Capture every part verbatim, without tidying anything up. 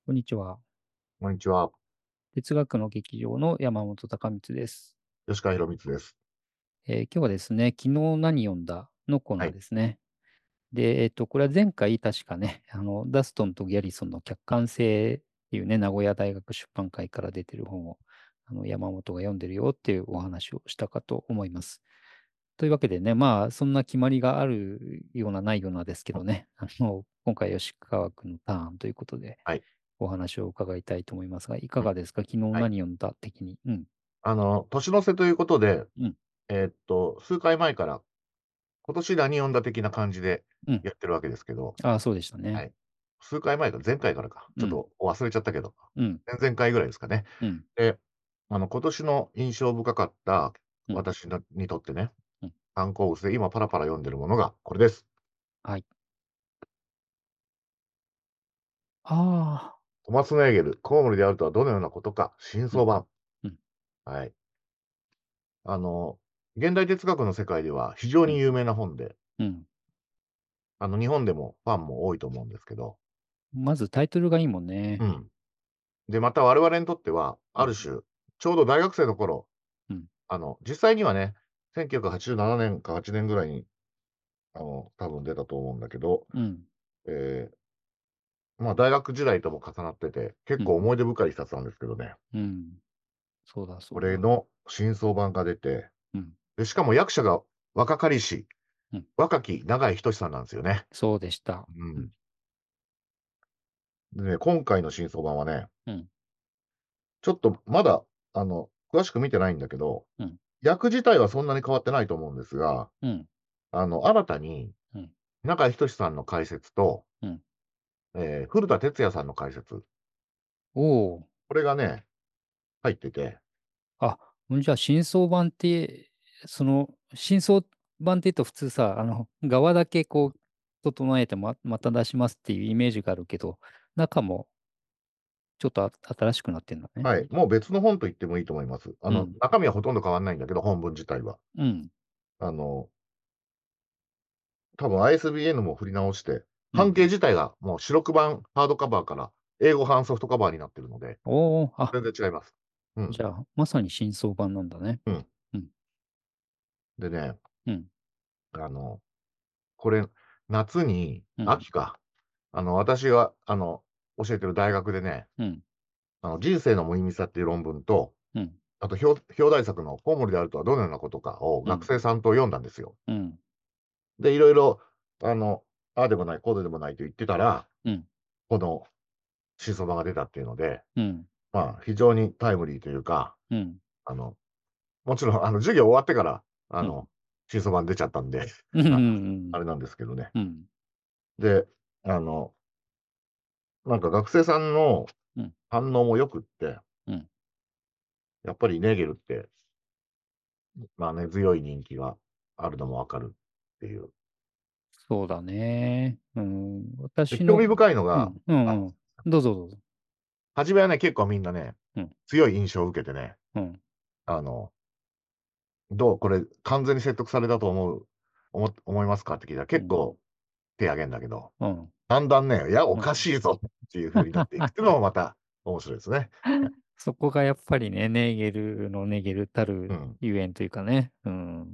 こんにちは。 こんにちは。 哲学の劇場の山本隆光です。 吉川博光です。 えー今日はですね、昨日何読んだのコーナーはい。 ですね。で、えっと、これは前回確かね、あの、ダストンとギャリソンの客観性っていうね、名古屋大学出版会から出てる本を、あの、山本が読んでるよっていうお話をしたかと思います。というわけでね、まあ、そんな決まりがあるようなないようなですけどね、あの、今回吉川君のターンということで、 はい。 お話を伺いたいと思いますが、いかうん。 がですか？昨日はい。 何読んだ的に。うん。 あの、年の瀬ということで、 うん。 えーっと、数回前から、今年何読んだ的な感じでうん。 やってるわけですけど、 ああ、そうでしたね。 はい。数回前か、前回からか、 うん。 ちょっと忘れちゃったけど、 うん。 前々回ぐらいですかね。 うん。 で、あの、今年の印象深かったうん。 私のにとってね、 うん。 観光物で今パラパラ読んでるものがこれです。 はい。ああ。 トマス・ネーゲル、コウモリであるとはどのようなことか、新うん。 装版。 うん。 はい。あの、現代哲学の世界では非常うん。 に有名な本で、 うん。 あの、日本でもファンも多いと思うんですけど、 まずタイトルがいいもんね。 うん。で、また我々にとっては、 うん。 ある種、ちょうど大学生の頃、 うん。 あの、実際にはね、せんきゅうひゃくはちじゅうななねんかはちねんぐらいに、あの、多分出たと思うんだけど、 うん。 ええ、まあ、大学時代とも重なってて、結うん。 構思い出深い一冊なんですけどね。 うん。そうだ、そうだ。 これの新装版が出て、 うん。 で、しかも役者が若かりし、 うん。 若き永井仁さんなんですよね。 そうでした。 うん。 うん。 でね、今回の新装版はね、 うん。 ちょっとまだ、あの、詳しく見てないんだけど、 うん。 役自体はそんなに変わってないと思うんですが、 うん。 あの、新たにうん。 中井仁さんの解説と、 うん。 えー古田哲也さんの解説、 おお。 これがね、入ってて、 あ、んじゃあ、新装版って、その、新装版って言うと普通さ、あの、側だけこう、整えてま、また出しますっていうイメージがあるけど、中もちょっとあ新しくなってんだね。 はい、もう別の本と言ってもいいと思います。あの、 うん。 中身はほとんど変わんないんだけど、本文自体は。 うん。 あの、多分 アイエスビーエヌ も振り直して、 うん。 半径自体がもう白黒版ハードカバーから英語版ソフトカバーになってるので、 おお、あ、 全然違います。うん、 じゃあ、まさに新装版なんだね。 うん。 うん。 でね、 うん。 あの、これ、夏にうん。 秋か、あの、私が、あの、教えてる大学でね、 うん。 あの、人生の無意味さっていう論文と、 うん。 あと表表題作のコウモリであるとはどのようなことかをうん。 学生さんと読んだんですよ。 うん。 で、いろいろ、あの、ああでもない、こうでもないと言ってたら、 うん。 この新そばが出たっていうので、 うん。 まあ、非常にタイムリーというか、 うん。 あの、もちろん、あの、授業終わってから、あうん。 の、新そば出ちゃったんで、 うん。うあん。 あれなんですけどね。 うん。 で、あの、なんか学生さんのうん。 反応も良くって、 うん。 やっぱりネーゲルって、まあ、根強い人気があるのもわかるっていう。 そうだね。うん。 で、 私の、 興味深いのが、 うん。うん。 あ、 うん。どうぞどうぞ。 初めはね、結構みんなね、 うん。 強い印象を受けてね、 うん。 あの、どうこれ完全に説得されたと思うおも思いますかって聞いたらうん。 結構手挙げんだけど、 うん。 だんだんね、いや、おうん。 かしいぞっていう風になっていくっていうのもまた面白いですね。 そこがやっぱりね、ネーゲルのネーゲルたるうん、 ゆえんというかね。うん。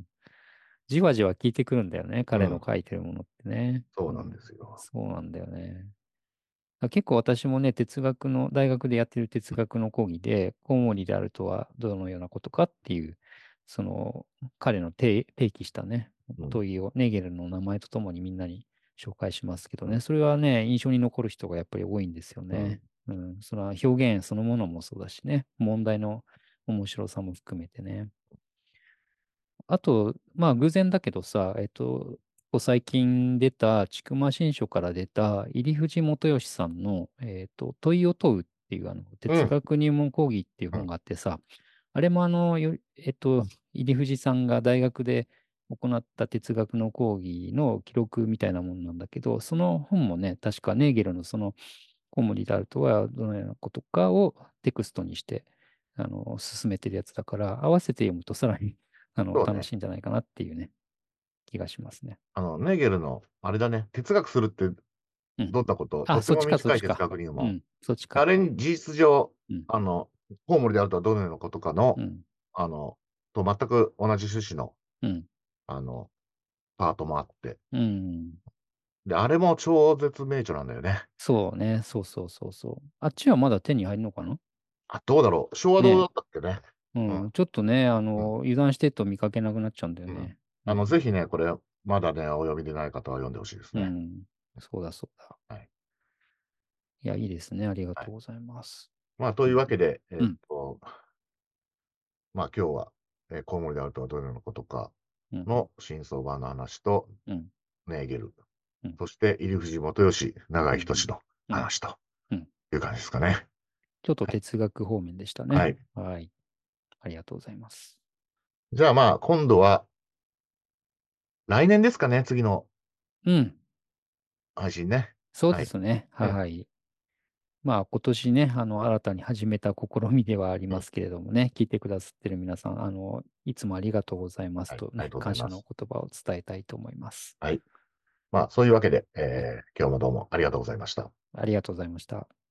じわじわ効いてくるんだよね。彼のうん、 書いてるものってね。 そうなんうん。 ですよ。 そうなんだよね。あ結構私もね、哲学の、大学でやってる哲学の講義で、コウモリであるとはどのようなことかっていう、その、彼の提提起したね、 うん、 問いを、ネーゲルの名前とともにみんなに紹介しますけどね、 うん、 それはね、印象に残る人がやっぱり多いんですようん、 ね。うん、その表現そのものもそうだしね、問題の面白さも含めてね。あと、まあ偶然だけどさ、えっと、ここ最近出た、千曲新書から出た、入藤元義さんの、えっと、問いを問うっていうあの哲うん、 学入門講義っていううん、 本があってさ、あれもあの、よえっと、入藤さんが大学で行った哲学の講義の記録みたいなものなんだけど、その本もね、確かネーゲルのそのコモリであるとはどのようなことかをテクストにして、あの、進めてるやつだから、合わせて読むとさらにあの、 そうね。 楽しいんじゃないかなっていうね、気がしますね。 あの、ネーゲルのあれだね、哲学するってうん。 どんなこと、とあ、 ってもそっちか、そっ短い哲ちか。 学入門。 うん、そっちか。 あれに事実上、 うん。 あの、コウモリであるとはどのようなことかの、 うん。 あの、と全く同じ趣旨の、 うん。 あの、パートもあって。 うん。 で、あれも超絶名著なんだよね。 そうね。そうそうそうそう。あっちはまだ手に入るのかな？ あ、どうだろう。昭和堂だね。 ったっけね。うん。 うん。ちょっとね、あうん。 の、油断してると見かけなくなっちゃうんだようん。 ね。うあの、 ん。 ぜひね、これ、まだね、お読みでない方は読んでほしいですね。 うん。そうだそうだ。 はい。 いや、いいですね。ありがはい。 とうございます。 まあ、とうん。 いうわけで、えっうん。 と、まあ、今日は、えーコウモリであるとはどのようなことかうん。 の真相版の話と、 うん。 ネーゲル、 うん。 そして入藤元義、永うん。 井仁のうん。 話とうん。 いう感じですかね。 ちょっとはい。 哲学方面でしたね。 はい。 はい。ありがとうございます。 じゃあまあ、今度は、来年ですかね、次のうん。 配信ね。 そうはい。 ですね。 うん。 はい。まあ、今年ね、あの、新たに始めた試みではありうん。 ますけれどもね、聞いてくださってる皆さん、あの、いつもありがとうございますはい。ありがとね、感謝のとうございます。 言葉を伝えたいと思います。 はい。まあ、そういうわけで、 はい。 えー今日もどうもありがとうございました。 ありがとうございました。